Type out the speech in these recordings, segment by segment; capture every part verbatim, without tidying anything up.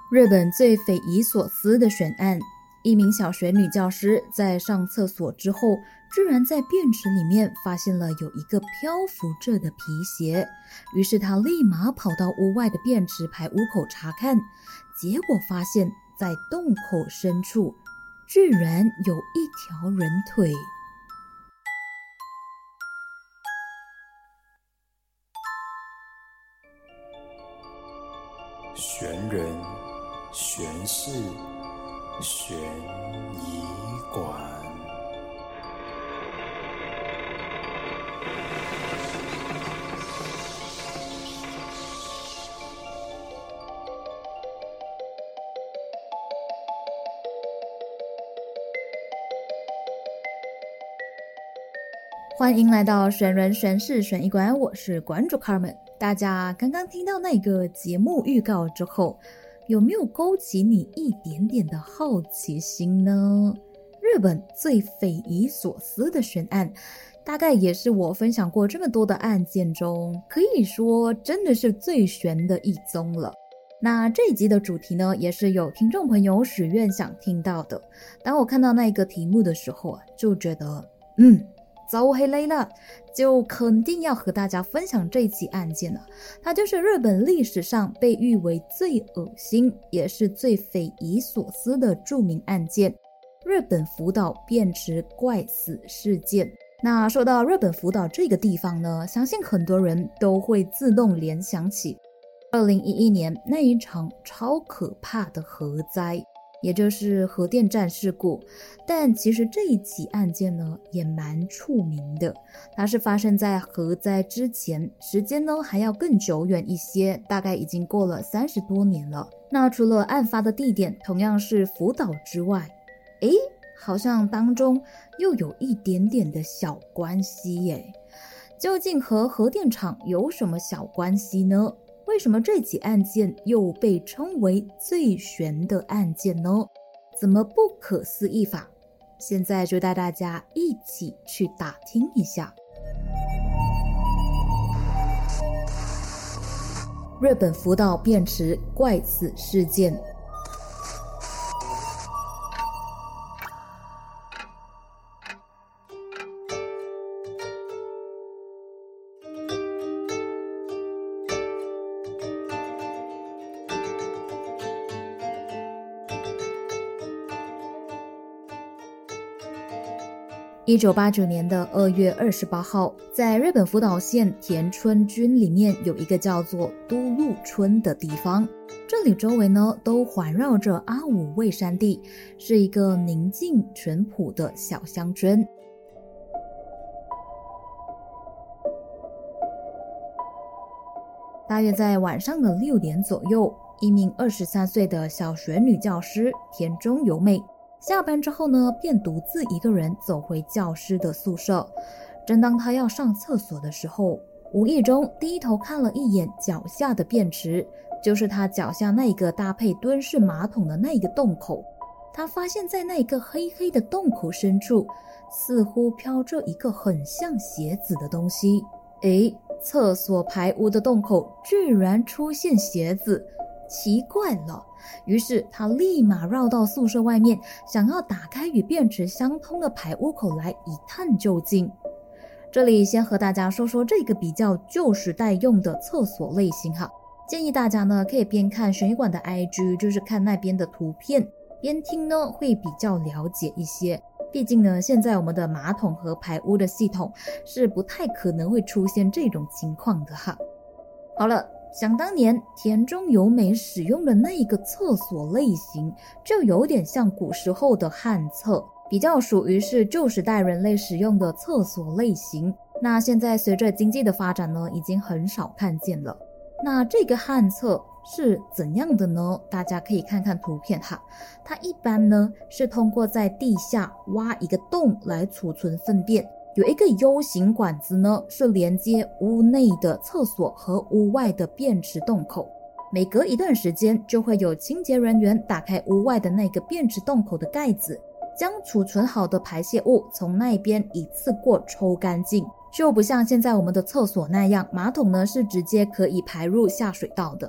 日本最匪夷所思的悬案，一名小学女教师在上厕所之后，居然在便池里面发现了有一个漂浮着的皮鞋，于是她立马跑到屋外的便池排污口查看，结果发现在洞口深处居然有一条人腿。 悬人、悬事、悬疑馆。 欢迎来到悬人悬事悬疑馆，我是馆主 Carmen。大家刚刚听到那个节目预告之后，有没有勾起你一点点的好奇心呢？日本最匪夷所思的悬案，大概也是我分享过这么多的案件中，可以说真的是最悬的一宗了。那这一集的主题呢，也是有听众朋友许愿想听到的。当我看到那个题目的时候啊，就觉得嗯走黑雷了，就肯定要和大家分享这一起案件了。它就是日本历史上被誉为最恶心也是最匪夷所思的著名案件——日本福岛便池怪死事件。那说到日本福岛这个地方呢，相信很多人都会自动联想起二零一一年那一场超可怕的核灾，也就是核电站事故。但其实这一起案件呢也蛮出名的，它是发生在核灾之前，时间呢还要更久远一些，大概已经过了三十多年了。那除了案发的地点同样是福岛之外，诶，好像当中又有一点点的小关系耶。究竟和核电厂有什么小关系呢？为什么这起案件又被称为最悬的案件呢？怎么不可思议法？现在就带大家一起去打听一下。日本福岛便池怪死事件。一九八九年的二月二十八号，在日本福岛县田村郡里面有一个叫做都路村的地方，这里周围呢都环绕着阿武卫山地，是一个宁静淳朴的小乡村。大约在晚上的六点左右，一名二十三岁的小学女教师田中由美下班之后呢，便独自一个人走回教师的宿舍。正当他要上厕所的时候，无意中低头看了一眼脚下的便池，就是他脚下那个搭配蹲式马桶的那个洞口。他发现在那个黑黑的洞口深处，似乎飘着一个很像鞋子的东西。诶，厕所排污的洞口居然出现鞋子，奇怪了。于是他立马绕到宿舍外面，想要打开与便池相通的排污口来一探究竟。这里先和大家说说这个比较旧时代用的厕所类型哈，建议大家呢可以边看悬疑馆的 I G， 就是看那边的图片，边听呢会比较了解一些。毕竟呢，现在我们的马桶和排污的系统是不太可能会出现这种情况的哈。好了，想当年田中由美使用的那一个厕所类型，就有点像古时候的旱厕，比较属于是旧时代人类使用的厕所类型。那现在随着经济的发展呢，已经很少看见了。那这个旱厕是怎样的呢？大家可以看看图片哈。它一般呢是通过在地下挖一个洞来储存粪便，有一个 U 型管子呢，是连接屋内的厕所和屋外的便池洞口。每隔一段时间，就会有清洁人员打开屋外的那个便池洞口的盖子，将储存好的排泄物从那边一次过抽干净。就不像现在我们的厕所那样，马桶呢是直接可以排入下水道的。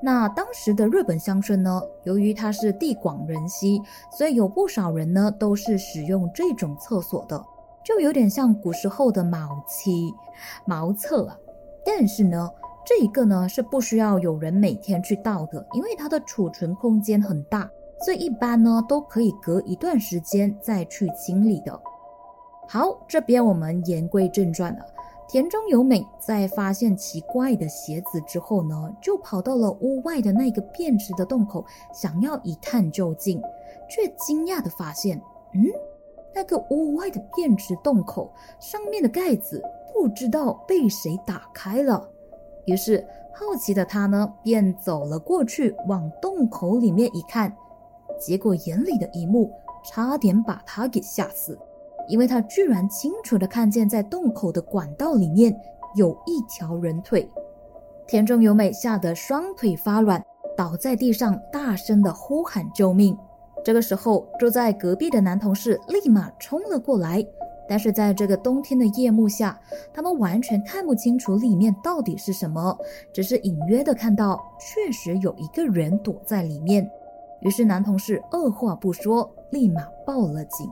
那当时的日本乡村呢，由于它是地广人稀，所以有不少人呢都是使用这种厕所的，就有点像古时候的茅期茅厕啊。但是呢，这一个呢是不需要有人每天去倒的，因为它的储存空间很大，所以一般呢都可以隔一段时间再去清理的。好，这边我们言归正传了。田中由美在发现奇怪的鞋子之后呢，就跑到了屋外的那个便池的洞口，想要一探究竟，却惊讶地发现，嗯，那个屋外的便池洞口上面的盖子不知道被谁打开了。于是好奇的他呢，便走了过去，往洞口里面一看，结果眼里的一幕差点把他给吓死。因为他居然清楚地看见在洞口的管道里面有一条人腿。田中由美吓得双腿发软，倒在地上大声地呼喊救命。这个时候住在隔壁的男同事立马冲了过来，但是在这个冬天的夜幕下，他们完全看不清楚里面到底是什么，只是隐约地看到确实有一个人躲在里面。于是男同事二话不说，立马报了警。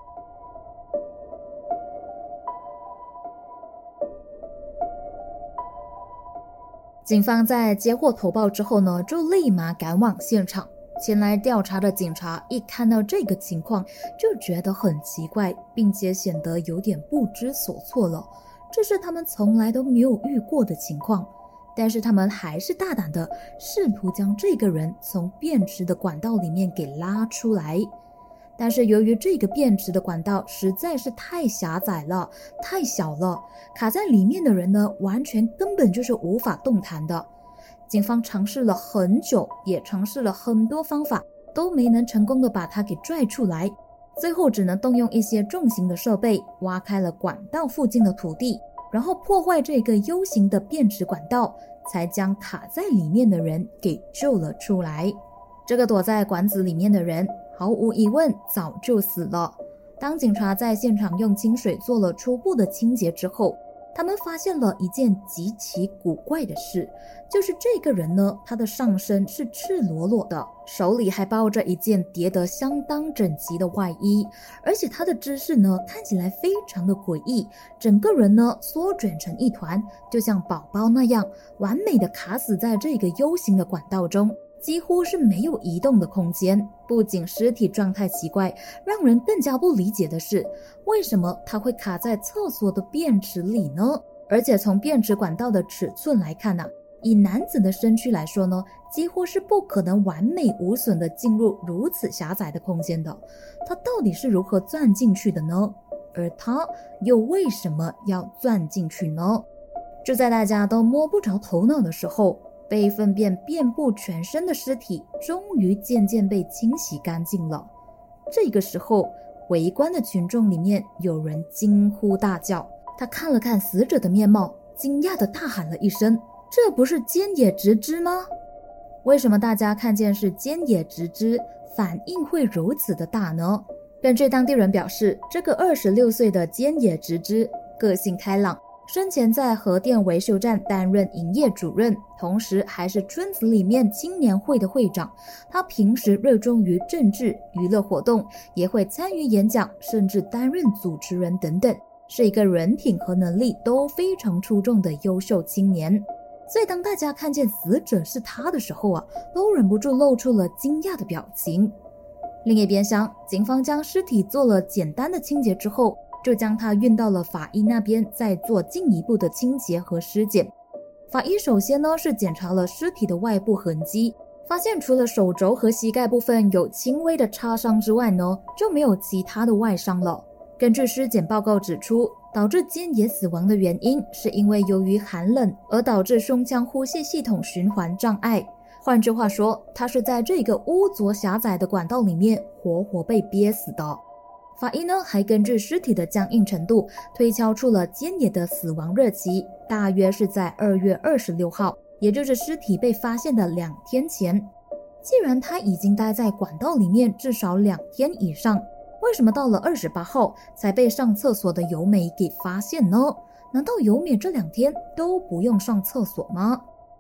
警方在接获投报之后呢，就立马赶往现场。前来调查的警察一看到这个情况，就觉得很奇怪，并且显得有点不知所措了。这是他们从来都没有遇过的情况，但是他们还是大胆的试图将这个人从便池的管道里面给拉出来。但是由于这个便池的管道实在是太狭窄了，太小了，卡在里面的人呢，完全根本就是无法动弹的。警方尝试了很久，也尝试了很多方法，都没能成功的把他给拽出来。最后只能动用一些重型的设备，挖开了管道附近的土地，然后破坏这个 U 型的便池管道，才将卡在里面的人给救了出来。这个躲在管子里面的人毫无疑问早就死了。当警察在现场用清水做了初步的清洁之后，他们发现了一件极其古怪的事，就是这个人呢，他的上身是赤裸裸的，手里还抱着一件叠得相当整齐的外衣，而且他的姿势呢，看起来非常的诡异，整个人呢缩卷成一团，就像宝宝那样完美的卡死在这个 U 型的管道中，几乎是没有移动的空间。不仅尸体状态奇怪，让人更加不理解的是，为什么它会卡在厕所的便池里呢？而且从便池管道的尺寸来看啊，以男子的身躯来说呢，几乎是不可能完美无损的进入如此狭窄的空间的。他到底是如何钻进去的呢？而他又为什么要钻进去呢？就在大家都摸不着头脑的时候，被粪便遍布全身的尸体终于渐渐被清洗干净了。这个时候，围观的群众里面有人惊呼大叫，他看了看死者的面貌，惊讶地大喊了一声：“这不是菅野直之吗？”为什么大家看见是菅野直之，反应会如此的大呢？根据当地人表示，这个二十六岁的菅野直之个性开朗，生前在核电维修站担任营业主任，同时还是村子里面青年会的会长。他平时热衷于政治、娱乐活动，也会参与演讲，甚至担任主持人等等，是一个人品和能力都非常出众的优秀青年。所以当大家看见死者是他的时候啊，都忍不住露出了惊讶的表情。另一边厢，警方将尸体做了简单的清洁之后，就将他运到了法医那边，再做进一步的清洁和尸检。法医首先呢是检查了尸体的外部痕迹，发现除了手肘和膝盖部分有轻微的擦伤之外呢，就没有其他的外伤了。根据尸检报告指出，导致菅野死亡的原因是因为由于寒冷而导致胸腔呼吸系统循环障碍。换句话说，他是在这个污浊狭窄的管道里面活活被憋死的。法医呢还根据尸体的僵硬程度推敲出了菅野的死亡日期，大约是在二月二十六号，也就是尸体被发现的两天前。既然他已经待在管道里面至少两天以上，为什么到了二十八号才被上厕所的由美给发现呢？难道由美这两天都不用上厕所吗？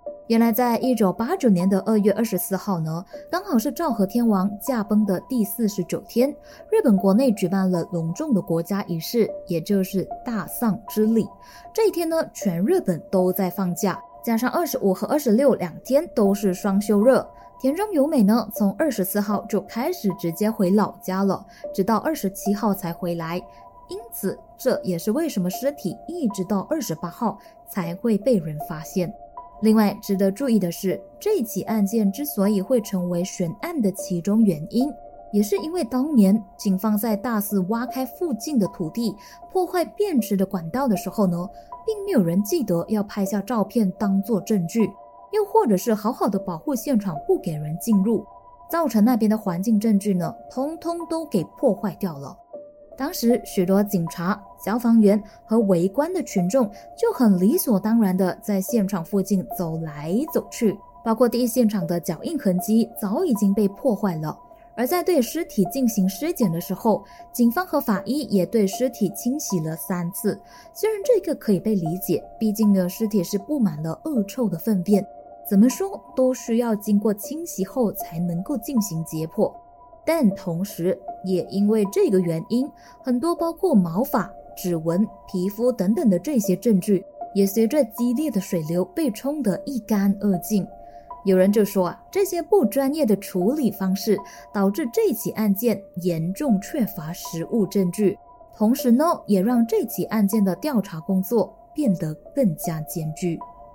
原来在一九八九年的二月二十四号呢，刚好是昭和天皇驾崩的第四十九天，日本国内举办了隆重的国家仪式，也就是大丧之礼。这一天呢，全日本都在放假，加上二十五和二十六两天都是双休日。田中由美呢，从二十四号就开始直接回老家了，直到二十七号才回来。因此，这也是为什么尸体一直到二十八号才会被人发现。另外值得注意的是，这起案件之所以会成为悬案的其中原因，也是因为当年警方在大肆挖开附近的土地，破坏便池的管道的时候呢，并没有人记得要拍下照片当作证据，又或者是好好的保护现场不给人进入，造成那边的环境证据呢，通通都给破坏掉了。当时许多警察、消防员和围观的群众就很理所当然的在现场附近走来走去，包括第一现场的脚印痕迹早已经被破坏了。而在对尸体进行尸检的时候，警方和法医也对尸体清洗了三次。虽然这个可以被理解，毕竟呢，尸体是布满了恶臭的粪便，怎么说都需要经过清洗后才能够进行解剖。但同时也因为这个原因，很多包括毛发、指纹、皮肤等等的这些证据，也随着激烈的水流被冲得一干二净。有人就说啊，这些不专业的处理方式导致这起案件严重缺乏实物证据，同时呢，也让这起案件的调查工作变得更加艰巨。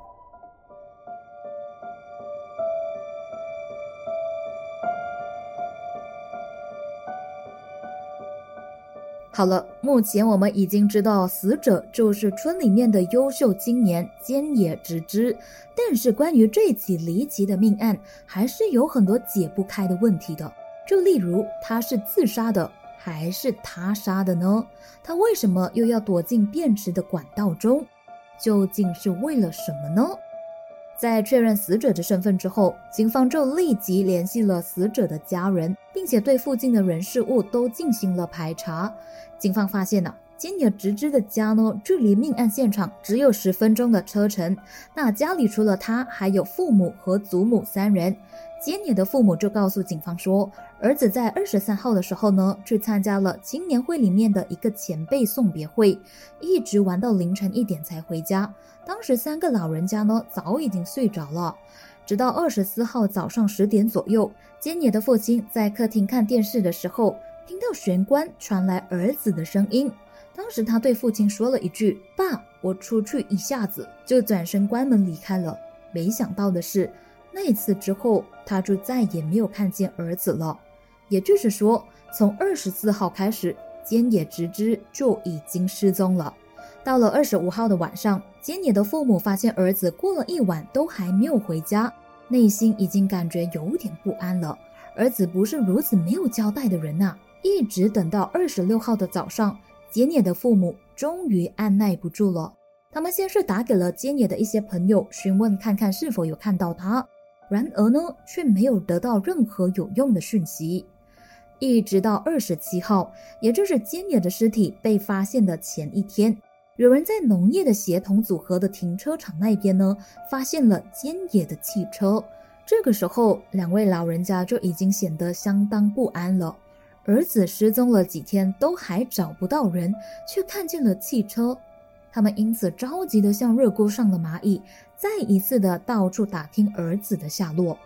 好了，目前我们已经知道死者就是村里面的优秀青年菅野直之，但是关于这起离奇的命案，还是有很多解不开的问题的。就例如，他是自杀的还是他杀的呢？他为什么又要躲进便池的管道中？究竟是为了什么呢？在确认死者的身份之后，警方就立即联系了死者的家人，并且对附近的人事物都进行了排查。警方发现啊，菅野直之的家呢，距离命案现场只有十分钟的车程。那家里除了他，还有父母和祖母三人。菅野的父母就告诉警方说，儿子在二十三号的时候呢，去参加了青年会里面的一个前辈送别会，一直玩到凌晨一点才回家。当时三个老人家呢，早已经睡着了。直到二十四号早上十点左右，菅野的父亲在客厅看电视的时候，听到玄关传来儿子的声音。当时他对父亲说了一句：“爸，我出去一下子”，就转身关门离开了。没想到的是，那一次之后，他就再也没有看见儿子了。也就是说，从二十四号开始，菅野直之就已经失踪了。到了二十五号的晚上，菅野的父母发现儿子过了一晚都还没有回家，内心已经感觉有点不安了。儿子不是如此没有交代的人啊！一直等到二十六号的早上，菅野的父母终于按耐不住了。他们先是打给了菅野的一些朋友，询问看看是否有看到他，然而呢，却没有得到任何有用的讯息。一直到二十七号，也就是菅野的尸体被发现的前一天，有人在农业的协同组合的停车场那边呢，发现了菅野的汽车。这个时候，两位老人家就已经显得相当不安了。儿子失踪了几天都还找不到人，却看见了汽车，他们因此着急的像热锅上的蚂蚁，再一次的到处打听儿子的下落。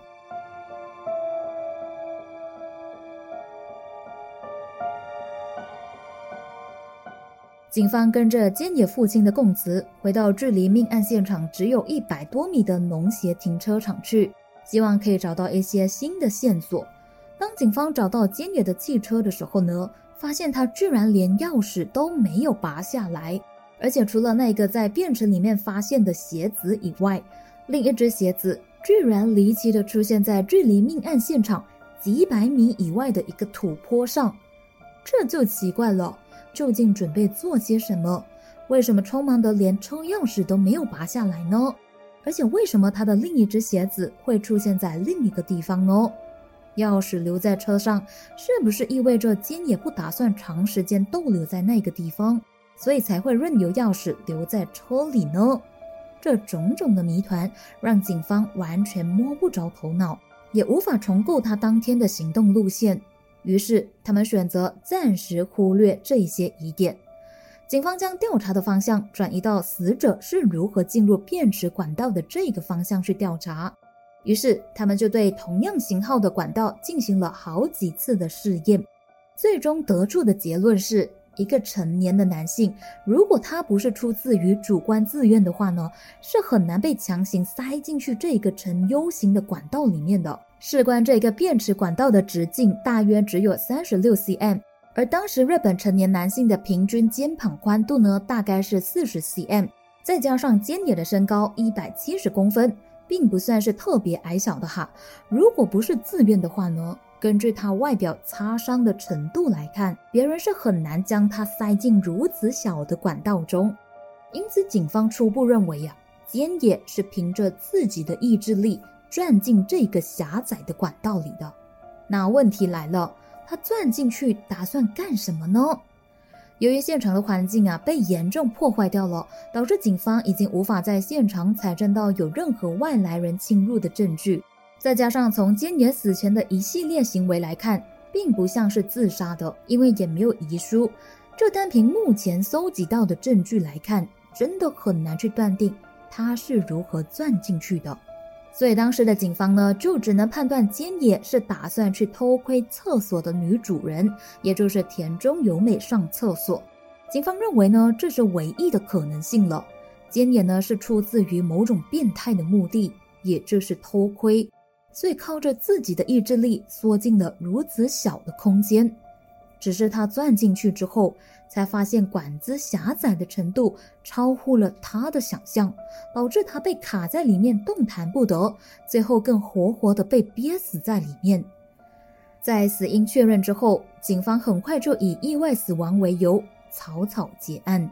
警方跟着菅野父亲的供词，回到距离命案现场只有一百多米的农协停车场去，希望可以找到一些新的线索。当警方找到菅野的汽车的时候呢，发现他居然连钥匙都没有拔下来，而且除了那个在便池里面发现的鞋子以外，另一只鞋子居然离奇的出现在距离命案现场几百米以外的一个土坡上。这就奇怪了，究竟准备做些什么？为什么匆忙的连车钥匙都没有拔下来呢？而且为什么他的另一只鞋子会出现在另一个地方呢？钥匙留在车上，是不是意味着菅野不打算长时间逗留在那个地方，所以才会任由钥匙留在车里呢？ 这种种的谜团让警方完全摸不着头脑，也无法重构他当天的行动路线。于是他们选择暂时忽略这些疑点。警方将调查的方向转移到死者是如何进入便池管道的这个方向去调查。于是他们就对同样型号的管道进行了好几次的试验，最终得出的结论是，一个成年的男性，如果他不是出自于主观自愿的话呢，是很难被强行塞进去这个呈 U 型的管道里面的。事关这个便池管道的直径大约只有三十六公分，而当时日本成年男性的平均肩膀宽度呢，大概是四十公分，再加上菅野的身高一百七十公分，并不算是特别矮小的哈。如果不是自愿的话呢，根据他外表擦伤的程度来看，别人是很难将他塞进如此小的管道中。因此警方初步认为啊，菅野是凭着自己的意志力钻进这个狭窄的管道里的。那问题来了，他钻进去打算干什么呢？由于现场的环境啊被严重破坏掉了，导致警方已经无法在现场采证到有任何外来人侵入的证据。再加上从菅野死前的一系列行为来看，并不像是自杀的，因为也没有遗书。这单凭目前搜集到的证据来看，真的很难去断定他是如何钻进去的。所以当时的警方呢，就只能判断菅野是打算去偷窥厕所的女主人，也就是田中由美上厕所。警方认为呢，这是唯一的可能性了。菅野呢是出自于某种变态的目的，也就是偷窥，所以靠着自己的意志力缩进了如此小的空间。只是他钻进去之后，才发现管子狭窄的程度超乎了他的想象，导致他被卡在里面动弹不得，最后更活活的被憋死在里面。在死因确认之后，警方很快就以意外死亡为由草草结案。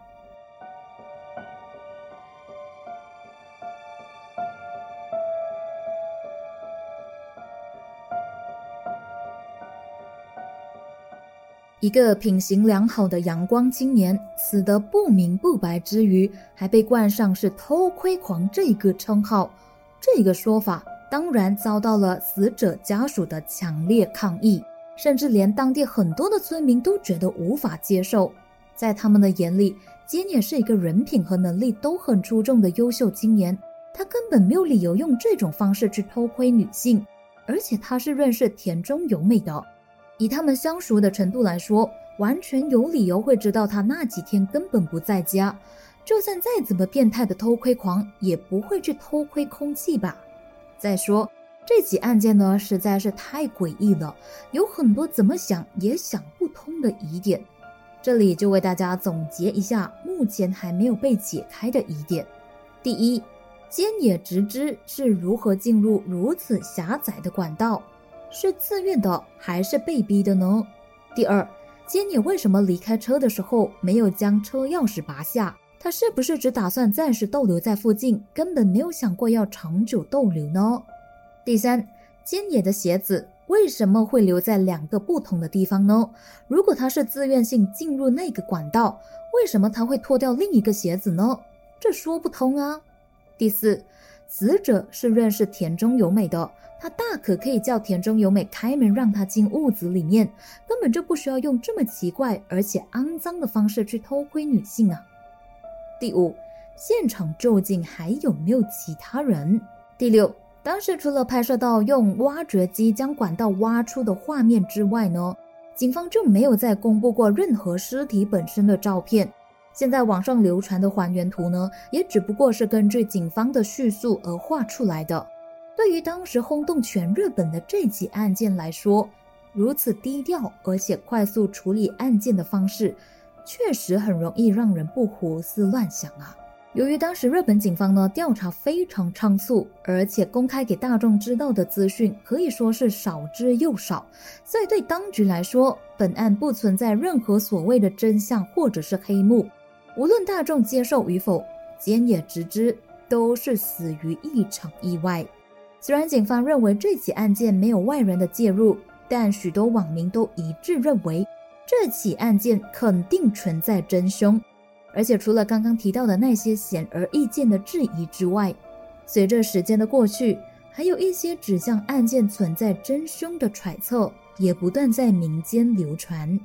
一个品行良好的阳光青年，死得不明不白之余，还被冠上是偷窥狂这个称号，这个说法当然遭到了死者家属的强烈抗议，甚至连当地很多的村民都觉得无法接受。在他们的眼里，菅野是一个人品和能力都很出众的优秀青年，他根本没有理由用这种方式去偷窥女性，而且他是认识田中由美的，以他们相熟的程度来说，完全有理由会知道他那几天根本不在家。就算再怎么变态的偷窥狂，也不会去偷窥空气吧。再说这起案件呢，实在是太诡异了，有很多怎么想也想不通的疑点。这里就为大家总结一下目前还没有被解开的疑点。第一，菅野直之是如何进入如此狭窄的管道？是自愿的还是被逼的呢？第二，菅野为什么离开车的时候没有将车钥匙拔下？他是不是只打算暂时逗留在附近，根本没有想过要长久逗留呢？第三，菅野的鞋子为什么会留在两个不同的地方呢？如果他是自愿性进入那个管道，为什么他会脱掉另一个鞋子呢？这说不通啊。第四，死者是认识田中由美的，他大可可以叫田中由美开门让他进屋子里面，根本就不需要用这么奇怪而且肮脏的方式去偷窥女性啊。第五，现场究竟还有没有其他人？第六，当时除了拍摄到用挖掘机将管道挖出的画面之外呢，警方就没有再公布过任何尸体本身的照片。现在网上流传的还原图呢，也只不过是根据警方的叙述而画出来的。对于当时轰动全日本的这起案件来说，如此低调而且快速处理案件的方式，确实很容易让人不胡思乱想啊。由于当时日本警方呢调查非常仓促，而且公开给大众知道的资讯可以说是少之又少，所以对当局来说，本案不存在任何所谓的真相或者是黑幕。无论大众接受与否，菅野直之都是死于一场意外。虽然警方认为这起案件没有外人的介入，但许多网民都一致认为这起案件肯定存在真凶。 而且除了刚刚提到的那些显而易见的质疑之外，随着时间的过去，还有一些指向案件存在真凶的揣测也不断在民间流传。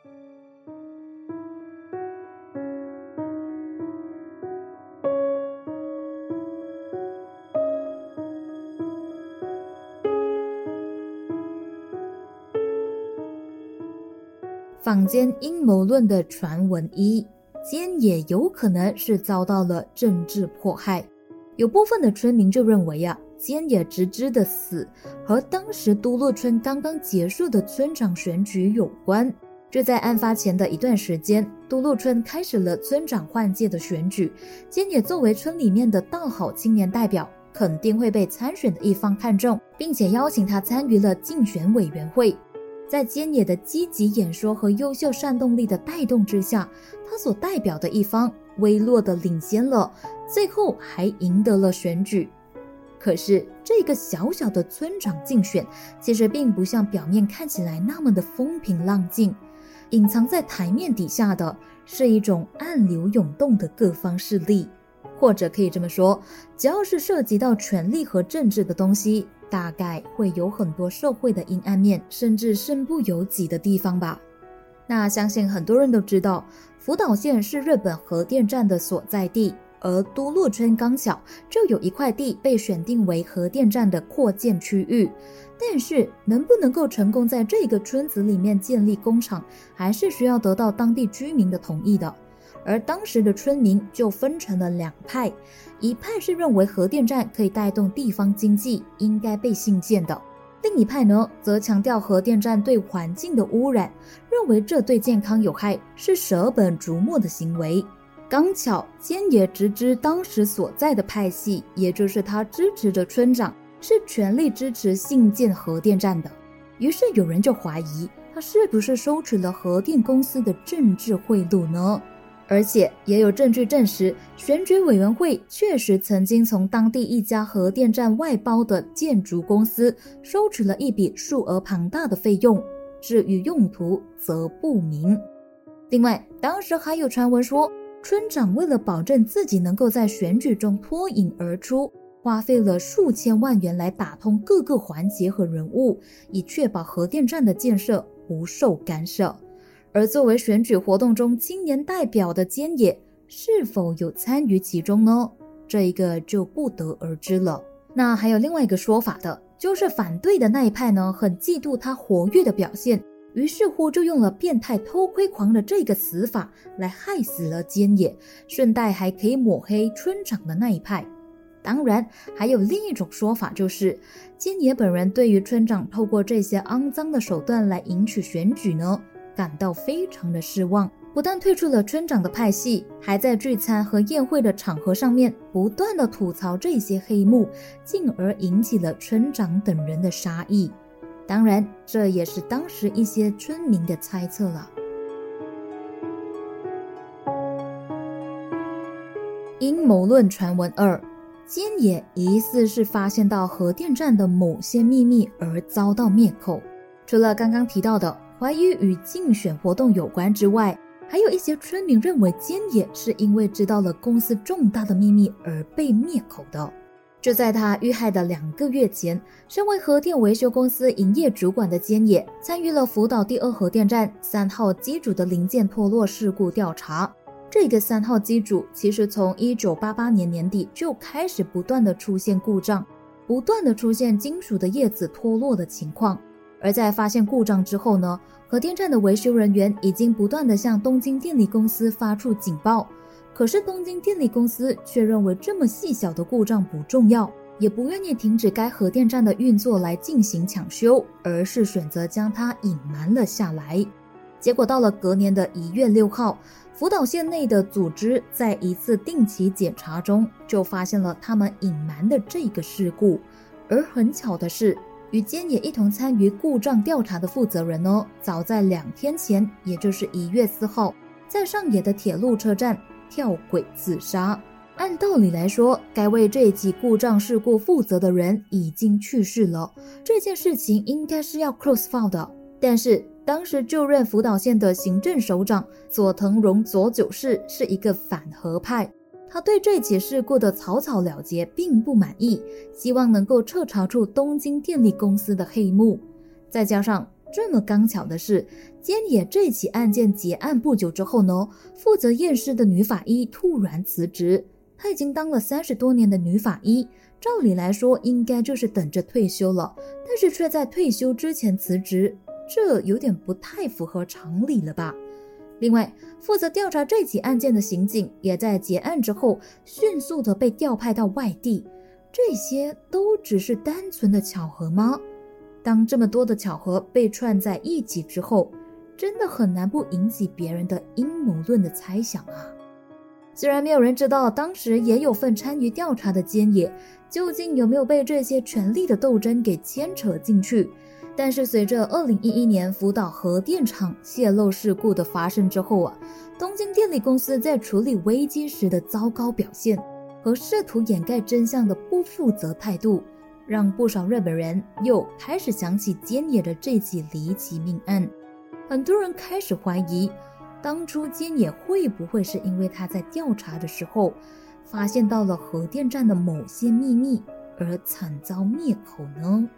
坊间阴谋论的传闻一，菅野有可能是遭到了政治迫害。有部分的村民就认为啊，菅野直之的死和当时都洛村刚刚结束的村长选举有关。就在案发前的一段时间，都洛村开始了村长换届的选举，菅野作为村里面的大好青年代表，肯定会被参选的一方看中，并且邀请他参与了竞选委员会。在菅野的积极演说和优秀煽动力的带动之下，他所代表的一方微弱的领先了，最后还赢得了选举。可是这个小小的村长竞选其实并不像表面看起来那么的风平浪静，隐藏在台面底下的是一种暗流涌动的各方势力，或者可以这么说，只要是涉及到权力和政治的东西，大概会有很多社会的阴暗面，甚至身不由己的地方吧。那相信很多人都知道，福岛县是日本核电站的所在地，而都洛村刚巧就有一块地被选定为核电站的扩建区域。但是能不能够成功在这个村子里面建立工厂，还是需要得到当地居民的同意的。而当时的村民就分成了两派，一派是认为核电站可以带动地方经济，应该被兴建的，另一派呢则强调核电站对环境的污染，认为这对健康有害，是舍本逐末的行为。刚巧菅野直之当时所在的派系，也就是他支持的村长，是全力支持兴建核电站的。于是有人就怀疑他是不是收取了核电公司的政治贿赂呢？而且也有证据证实，选举委员会确实曾经从当地一家核电站外包的建筑公司收取了一笔数额庞大的费用，至于用途则不明。另外，当时还有传闻说，村长为了保证自己能够在选举中脱颖而出，花费了数千万元来打通各个环节和人物，以确保核电站的建设不受干涉。而作为选举活动中青年代表的菅野是否有参与其中呢？这一个就不得而知了。那还有另外一个说法的，就是反对的那一派呢，很嫉妒他活跃的表现，于是乎就用了变态偷窥狂的这个死法来害死了菅野，顺带还可以抹黑村长的那一派。当然还有另一种说法，就是菅野本人对于村长透过这些肮脏的手段来赢取选举呢，感到非常的失望，不但退出了村长的派系，还在聚餐和宴会的场合上面不断的吐槽这些黑幕，进而引起了村长等人的杀意。当然这也是当时一些村民的猜测了。阴谋论传闻二，菅野疑似是发现到核电站的某些秘密而遭到灭口。除了刚刚提到的怀疑与竞选活动有关之外，还有一些村民认为菅野是因为知道了公司重大的秘密而被灭口的。就在他遇害的两个月前，身为核电维修公司营业主管的菅野参与了福岛第二核电站三号机组的零件脱落事故调查。这个三号机组其实从一九八八年年底就开始不断的出现故障，不断的出现金属的叶子脱落的情况。而在发现故障之后呢，核电站的维修人员已经不断的向东京电力公司发出警报，可是东京电力公司却认为这么细小的故障不重要，也不愿意停止该核电站的运作来进行抢修，而是选择将它隐瞒了下来。结果到了隔年的一月六号，福岛县内的组织在一次定期检查中就发现了他们隐瞒的这个事故。而很巧的是，与菅野一同参与故障调查的负责人呢，早在两天前，也就是一月四号，在上野的铁路车站跳轨自杀。按道理来说，该为这一起故障事故负责的人已经去世了，这件事情应该是要 close file 的。但是当时就任福岛县的行政首长佐藤荣佐久士是一个反核派，他对这起事故的草草了结并不满意，希望能够彻查出东京电力公司的黑幕。再加上这么刚巧的是，菅野这起案件结案不久之后呢，负责验尸的女法医突然辞职。她已经当了三十多年的女法医，照理来说应该就是等着退休了，但是却在退休之前辞职，这有点不太符合常理了吧。另外，负责调查这起案件的刑警也在结案之后迅速的被调派到外地，这些都只是单纯的巧合吗？当这么多的巧合被串在一起之后，真的很难不引起别人的阴谋论的猜想啊。虽然没有人知道当时也有份参与调查的菅野究竟有没有被这些权力的斗争给牵扯进去，但是随着二零一一年福岛核电厂泄漏事故的发生之后啊，东京电力公司在处理危机时的糟糕表现和试图掩盖真相的不负责态度，让不少日本人又开始想起菅野的这起离奇命案。很多人开始怀疑，当初菅野会不会是因为他在调查的时候发现到了核电站的某些秘密而惨遭灭口呢？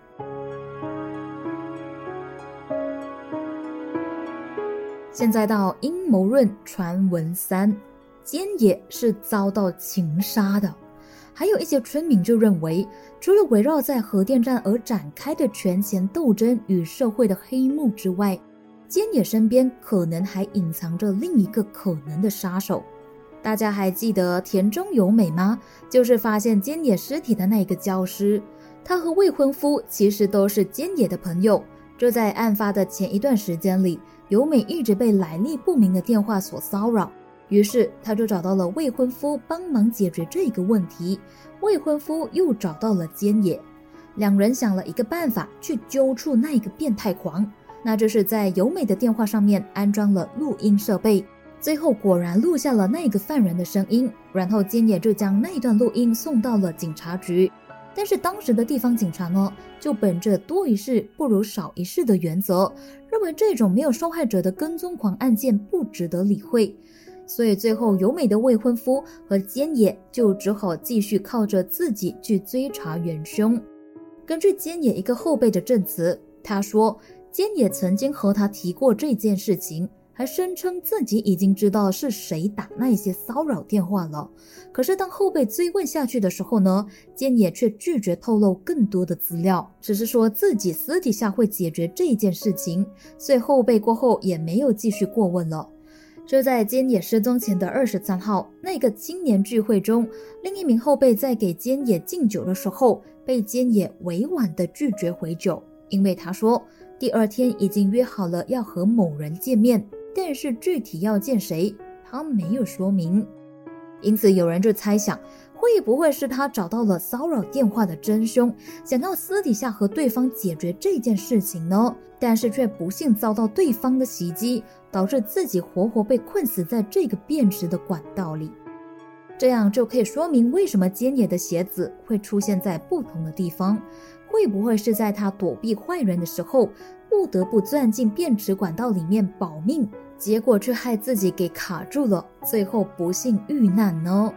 现在到阴谋论传闻三，菅野是遭到情杀的。还有一些村民就认为，除了围绕在核电站而展开的权钱斗争与社会的黑幕之外，菅野身边可能还隐藏着另一个可能的杀手。大家还记得田中由美吗？就是发现菅野尸体的那个教师，他和未婚夫其实都是菅野的朋友。就在案发的前一段时间里，由美一直被来历不明的电话所骚扰，于是他就找到了未婚夫帮忙解决这个问题，未婚夫又找到了菅野，两人想了一个办法去揪出那个变态狂，那就是在由美的电话上面安装了录音设备，最后果然录下了那个犯人的声音，然后菅野就将那段录音送到了警察局。但是当时的地方警察呢，就本着多一事不如少一事的原则，认为这种没有受害者的跟踪狂案件不值得理会，所以最后由美的未婚夫和菅野就只好继续靠着自己去追查元凶。根据菅野一个后辈的证词，他说菅野曾经和他提过这件事情，还声称自己已经知道是谁打那些骚扰电话了。可是当后辈追问下去的时候呢，菅野却拒绝透露更多的资料，只是说自己私底下会解决这件事情，所以后辈过后也没有继续过问了。就在菅野失踪前的二十三号，那个青年聚会中，另一名后辈在给菅野敬酒的时候，被菅野委婉地拒绝回酒，因为他说第二天已经约好了要和某人见面，但是具体要见谁，他没有说明。因此有人就猜想，会不会是他找到了骚扰电话的真凶，想要私底下和对方解决这件事情呢？但是却不幸遭到对方的袭击，导致自己活活被困死在这个变质的管道里。这样就可以说明为什么菅野的鞋子会出现在不同的地方，会不会是在他躲避坏人的时候，不得不钻进变质管道里面保命，结果却害自己给卡住了，最后不幸遇难呢？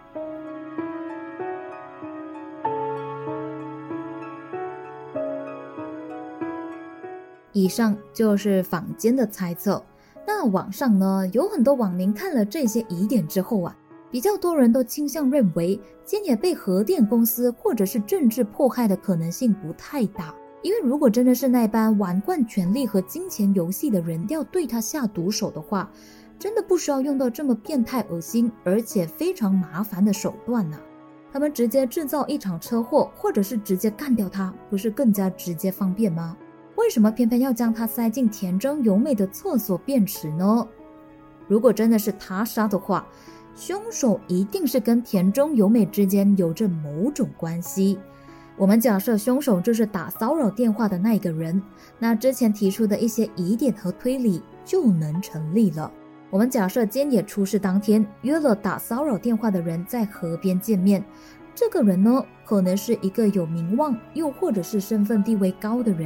以上就是坊间的猜测。那网上呢，有很多网民看了这些疑点之后啊，比较多人都倾向认为菅野被核电公司或者是政治迫害的可能性不太大，因为如果真的是那般玩惯权力和金钱游戏的人要对他下毒手的话，真的不需要用到这么变态恶心而且非常麻烦的手段啊。他们直接制造一场车祸，或者是直接干掉他，不是更加直接方便吗？为什么偏偏要将他塞进田中由美的厕所便池呢？如果真的是他杀的话，凶手一定是跟田中由美之间有着某种关系。我们假设凶手就是打骚扰电话的那个人，那之前提出的一些疑点和推理就能成立了。我们假设菅野出事当天约了打骚扰电话的人在河边见面，这个人呢，可能是一个有名望又或者是身份地位高的人，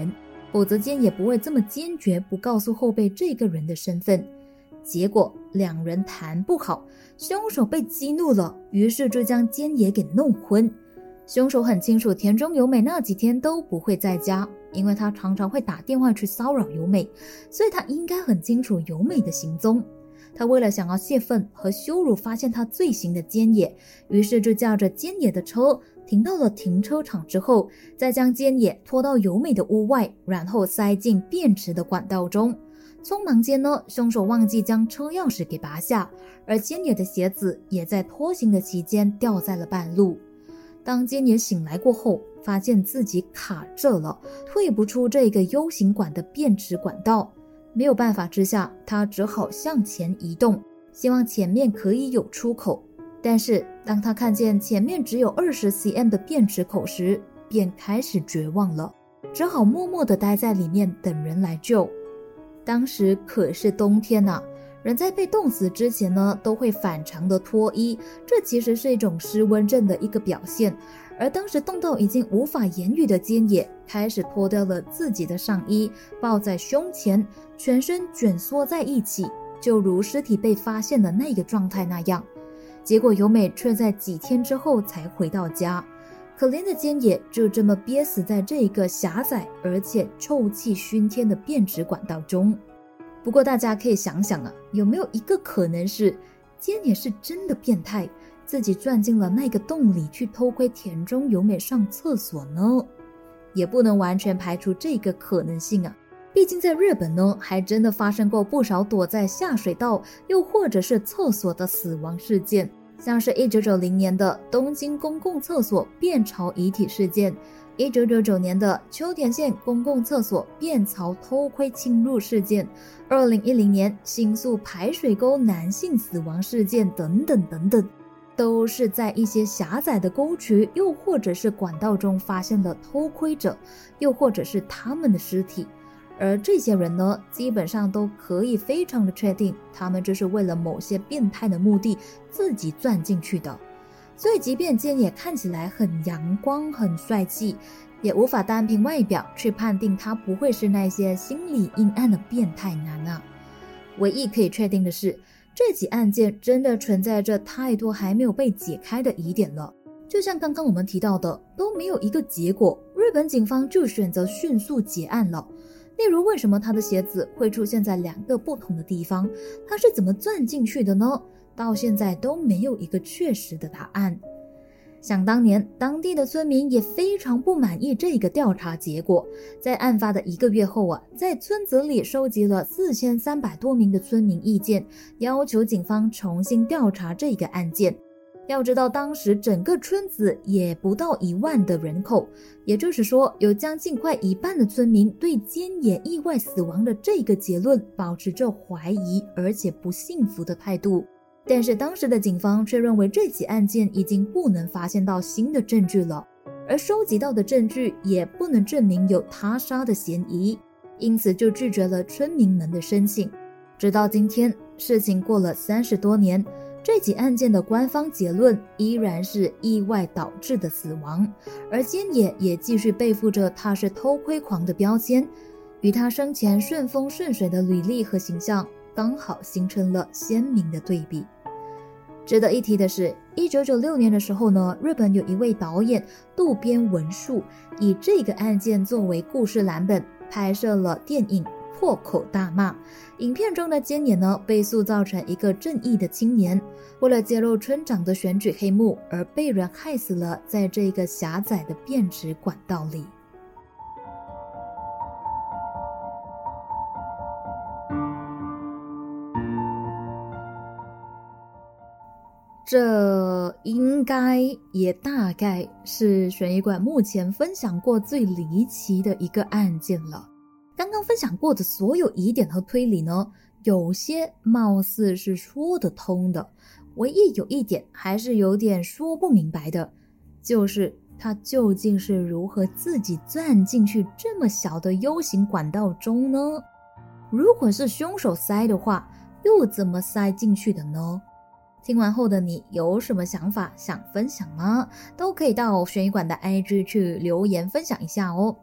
否则菅野不会这么坚决不告诉后辈这个人的身份。结果两人谈不好，凶手被激怒了，于是就将菅野给弄昏。凶手很清楚田中由美那几天都不会在家，因为他常常会打电话去骚扰由美，所以他应该很清楚由美的行踪。他为了想要泄愤和羞辱发现他罪行的菅野，于是就驾着菅野的车停到了停车场之后，再将菅野拖到由美的屋外，然后塞进便池的管道中。匆忙间呢，凶手忘记将车钥匙给拔下，而菅野的鞋子也在拖行的期间掉在了半路。当菅野醒来过后，发现自己卡着了，退不出这个 U 型管的便池管道。没有办法之下，他只好向前移动，希望前面可以有出口。但是当他看见前面只有 二十公分 的便池口时，便开始绝望了，只好默默地待在里面等人来救。当时可是冬天啊，人在被冻死之前呢，都会反常的脱衣，这其实是一种失温症的一个表现。而当时冻到已经无法言语的菅野开始脱掉了自己的上衣，抱在胸前，全身卷缩在一起，就如尸体被发现的那个状态那样。结果由美却在几天之后才回到家，可怜的菅野就这么憋死在这一个狭窄而且臭气熏天的便池管道中。不过大家可以想想啊，有没有一个可能是菅野是真的变态，自己钻进了那个洞里去偷窥田中由美上厕所呢？也不能完全排除这个可能性啊。毕竟在日本呢，还真的发生过不少躲在下水道又或者是厕所的死亡事件，像是一九九零年的东京公共厕所便槽遗体事件，一九九九年的秋田县公共厕所便槽偷窥侵入事件，二零一零年新宿排水沟男性死亡事件等等等等，都是在一些狭窄的沟渠又或者是管道中发现了偷窥者，又或者是他们的尸体。而这些人呢，基本上都可以非常的确定，他们就是为了某些变态的目的自己钻进去的。所以即便菅野看起来很阳光很帅气，也无法单凭外表去判定他不会是那些心理阴暗的变态男啊。唯一可以确定的是，这起案件真的存在着太多还没有被解开的疑点了。就像刚刚我们提到的，都没有一个结果，日本警方就选择迅速结案了。例如，为什么他的鞋子会出现在两个不同的地方？他是怎么钻进去的呢？到现在都没有一个确实的答案。想当年，当地的村民也非常不满意这个调查结果，在案发的一个月后啊，在村子里收集了四千三百多名的村民意见，要求警方重新调查这个案件。要知道当时整个村子也不到一万的人口，也就是说有将近快一半的村民对菅野意外死亡的这个结论保持着怀疑而且不信服的态度。但是当时的警方却认为这起案件已经不能发现到新的证据了，而收集到的证据也不能证明有他杀的嫌疑，因此就拒绝了村民们的申请。直到今天，事情过了三十多年，这起案件的官方结论依然是意外导致的死亡，而菅野也继续背负着他是偷窥狂的标签，与他生前顺风顺水的履历和形象刚好形成了鲜明的对比。值得一提的是，一九九六年的时候呢，日本有一位导演渡边文树以这个案件作为故事蓝本，拍摄了电影《破口大骂》。影片中的菅野呢，被塑造成一个正义的青年，为了揭露村长的选举黑幕而被人害死了在这个狭窄的便池管道里。这应该也大概是悬疑馆目前分享过最离奇的一个案件了。刚刚分享过的所有疑点和推理呢，有些貌似是说得通的，唯一有一点还是有点说不明白的，就是他究竟是如何自己钻进去这么小的 U 型管道中呢？如果是凶手塞的话，又怎么塞进去的呢？听完后的你有什么想法想分享吗？都可以到悬疑馆的 I G 去留言分享一下哦。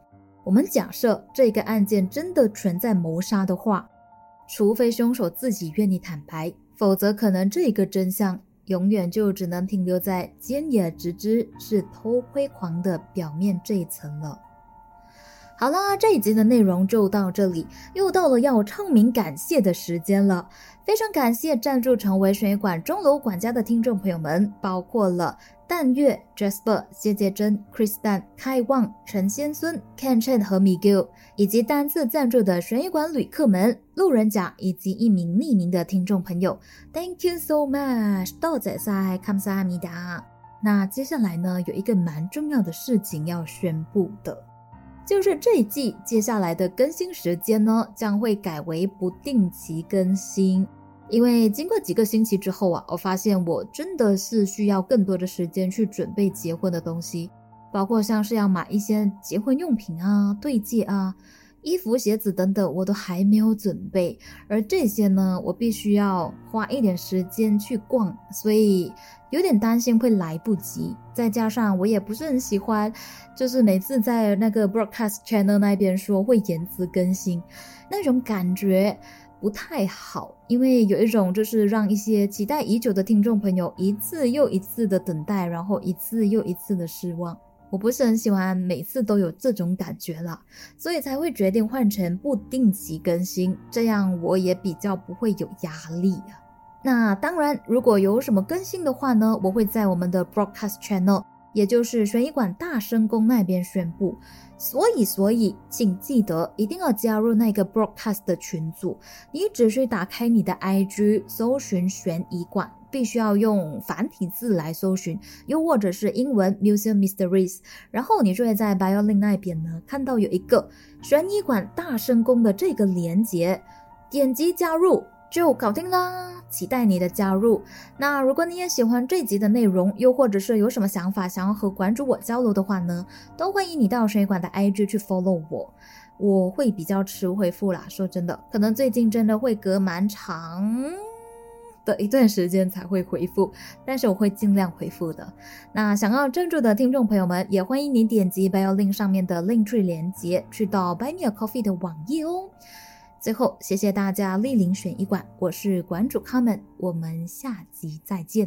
我们假设这个案件真的存在谋杀的话，除非凶手自己愿意坦白，否则可能这个真相永远就只能停留在菅野直之是偷窥狂的表面这一层了。好啦，这一集的内容就到这里，又到了要唱名感谢的时间了。非常感谢赞助成为悬疑馆钟楼管家的听众朋友们，包括了淡月、Jasper、谢杰珍、Chris Dan、开旺、陈先孙、Ken Chen 和 Miguel， 以及单次赞助的悬疑馆旅客们、路人甲以及一名匿名的听众朋友。Thank you so much， 多谢晒，감사합니다。那接下来呢，有一个蛮重要的事情要宣布的。就是这一季接下来的更新时间呢，将会改为不定期更新。因为经过几个星期之后啊，我发现我真的是需要更多的时间去准备结婚的东西，包括像是要买一些结婚用品啊、对戒啊、衣服、鞋子等等，我都还没有准备。而这些呢，我必须要花一点时间去逛，所以有点担心会来不及。再加上我也不是很喜欢，就是每次在那个 broadcast channel 那边说会延迟更新，那种感觉不太好，因为有一种就是让一些期待已久的听众朋友一次又一次的等待，然后一次又一次的失望。我不是很喜欢每次都有这种感觉啦，所以才会决定换成不定期更新，这样我也比较不会有压力啊。那当然，如果有什么更新的话呢，我会在我们的 broadcast channel， 也就是悬疑馆大声公那边宣布。所以所以请记得一定要加入那个 broadcast 的群组，你只需打开你的 I G 搜寻悬疑馆，必须要用繁体字来搜寻，又或者是英文 Museum Mysteries， 然后你就会在 bio link 那边呢看到有一个悬疑馆大声公的这个连结，点击加入就搞定啦，期待你的加入。那如果你也喜欢这集的内容，又或者是有什么想法想要和馆主我交流的话呢，都欢迎你到悬疑馆的 I G 去 follow 我，我会比较迟回复啦，说真的，可能最近真的会隔蛮长的一段时间才会回复，但是我会尽量回复的。那想要赞助的听众朋友们，也欢迎你点击 bio link 上面的 link tree 连结，去到 Buy Me a Coffee 的网页哦。最后，谢谢大家莅临悬疑馆，我是馆主康们，我们下集再见。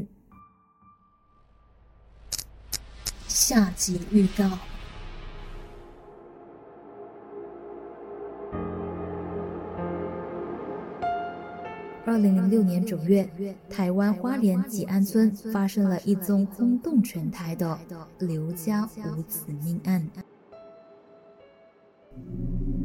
下集预告。二零零六年九月，台湾花莲吉安村发生了一宗轰动全台的刘家五子命案。